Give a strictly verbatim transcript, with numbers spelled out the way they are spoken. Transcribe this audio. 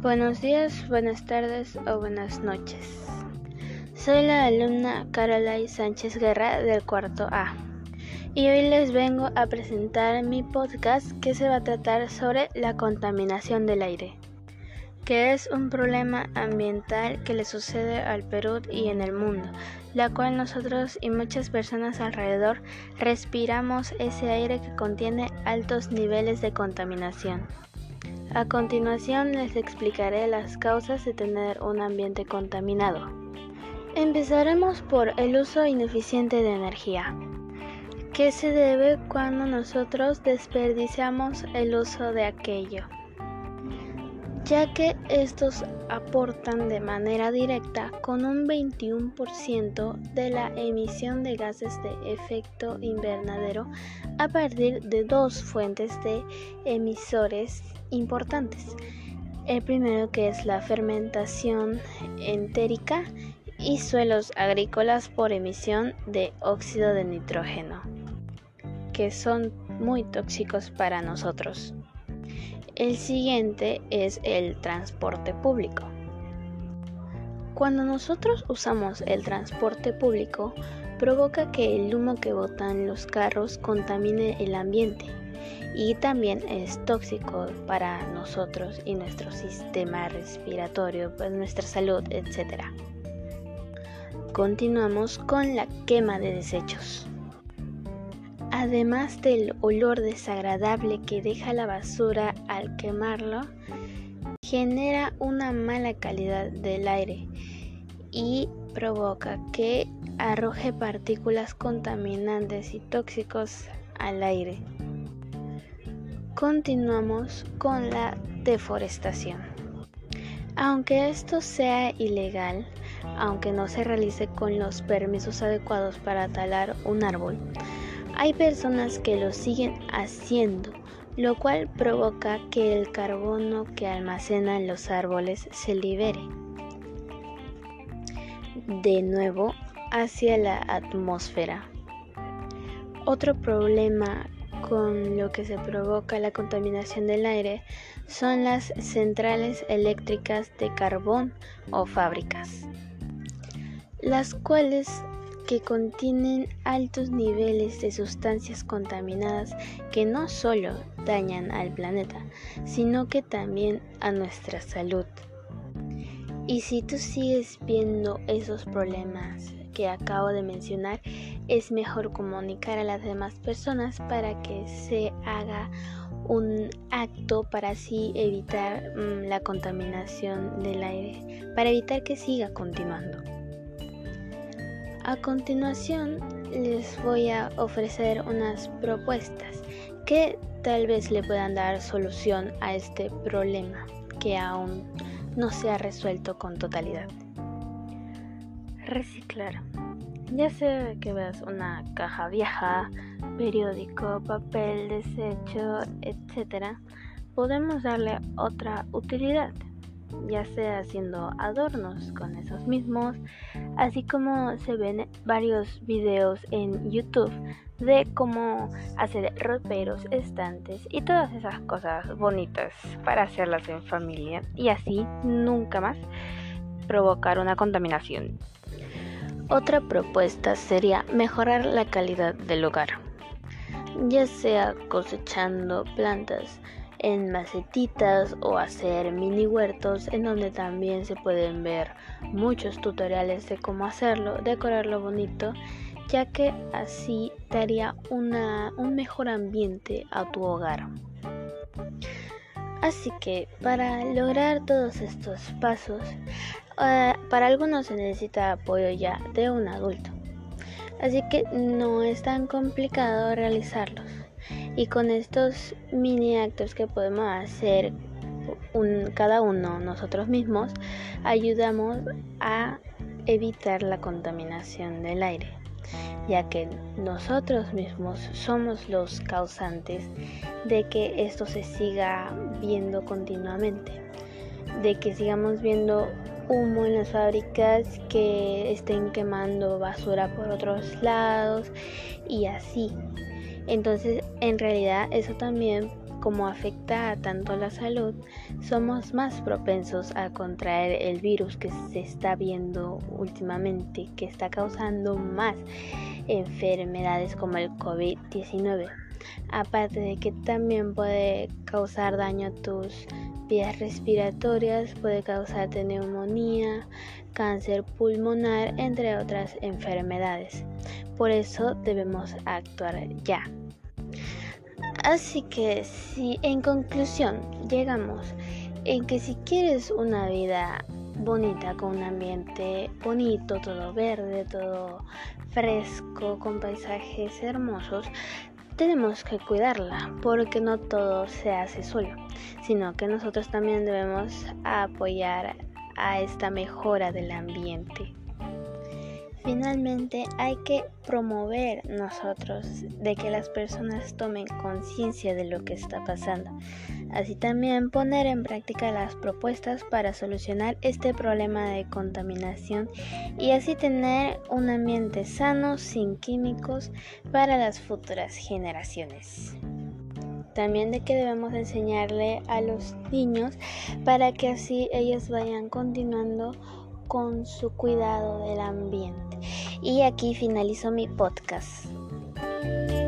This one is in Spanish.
Buenos días, buenas tardes o buenas noches. Soy la alumna Caroline Sánchez Guerra del cuarto A y hoy les vengo a presentar mi podcast que se va a tratar sobre la contaminación del aire, que es un problema ambiental que le sucede al Perú y en el mundo, la cual nosotros y muchas personas alrededor respiramos ese aire que contiene altos niveles de contaminación. A continuación les explicaré las causas de tener un ambiente contaminado. Empezaremos por el uso ineficiente de energía, que se debe cuando nosotros desperdiciamos el uso de aquello, ya que estos aportan de manera directa con un veintiuno por ciento de la emisión de gases de efecto invernadero a partir de dos fuentes de emisores importantes. El primero, que es la fermentación entérica, y suelos agrícolas por emisión de óxido de nitrógeno, que son muy tóxicos para nosotros. El siguiente es el transporte público. Cuando nosotros usamos el transporte público, provoca que el humo que botan los carros contamine el ambiente y también es tóxico para nosotros y nuestro sistema respiratorio, pues nuestra salud, etcétera. Continuamos con la quema de desechos. Además del olor desagradable que deja la basura al quemarlo, genera una mala calidad del aire y provoca que arroje partículas contaminantes y tóxicos al aire. Continuamos con la deforestación. Aunque esto sea ilegal, aunque no se realice con los permisos adecuados para talar un árbol, hay personas que lo siguen haciendo, lo cual provoca que el carbono que almacenan los árboles se libere de nuevo hacia la atmósfera. Otro problema con lo que se provoca la contaminación del aire son las centrales eléctricas de carbón o fábricas, las cuales que contienen altos niveles de sustancias contaminadas que no solo dañan al planeta, sino que también a nuestra salud. Y si tú sigues viendo esos problemas que acabo de mencionar, es mejor comunicar a las demás personas para que se haga un acto para así evitar mmm, la contaminación del aire, para evitar que siga continuando. A continuación les voy a ofrecer unas propuestas que tal vez le puedan dar solución a este problema que aún no se ha resuelto con totalidad. Reciclar. Ya sea que veas una caja vieja, periódico, papel, desecho, etcétera, podemos darle otra utilidad, ya sea haciendo adornos con esos mismos, así como se ven varios videos en YouTube de cómo hacer roperos, estantes y todas esas cosas bonitas para hacerlas en familia y así nunca más provocar una contaminación. Otra propuesta sería mejorar la calidad del hogar, ya sea cosechando plantas en macetitas o hacer mini huertos en donde también se pueden ver muchos tutoriales de cómo hacerlo, decorarlo bonito, ya que así daría una, un mejor ambiente a tu hogar. Así que para lograr todos estos pasos, uh, para algunos se necesita apoyo ya de un adulto, así que no es tan complicado realizarlos. Y con estos mini actos que podemos hacer un, cada uno nosotros mismos, ayudamos a evitar la contaminación del aire, ya que nosotros mismos somos los causantes de que esto se siga viendo continuamente, de que sigamos viendo humo en las fábricas, que estén quemando basura por otros lados y así. Entonces, en realidad, eso también como afecta tanto la salud, somos más propensos a contraer el virus que se está viendo últimamente, que está causando más enfermedades como el covid diecinueve. Aparte de que también puede causar daño a tus vías respiratorias, puede causarte neumonía, cáncer pulmonar, entre otras enfermedades. Por eso debemos actuar ya. Así que si en conclusión llegamos en que si quieres una vida bonita, con un ambiente bonito, todo verde, todo fresco, con paisajes hermosos, tenemos que cuidarla, porque no todo se hace solo, sino que nosotros también debemos apoyar a esta mejora del ambiente. Finalmente, hay que promover nosotros de que las personas tomen conciencia de lo que está pasando. Así también poner en práctica las propuestas para solucionar este problema de contaminación y así tener un ambiente sano, sin químicos, para las futuras generaciones. También de que debemos enseñarle a los niños para que así ellos vayan continuando con su cuidado del ambiente. Y aquí finalizo mi podcast.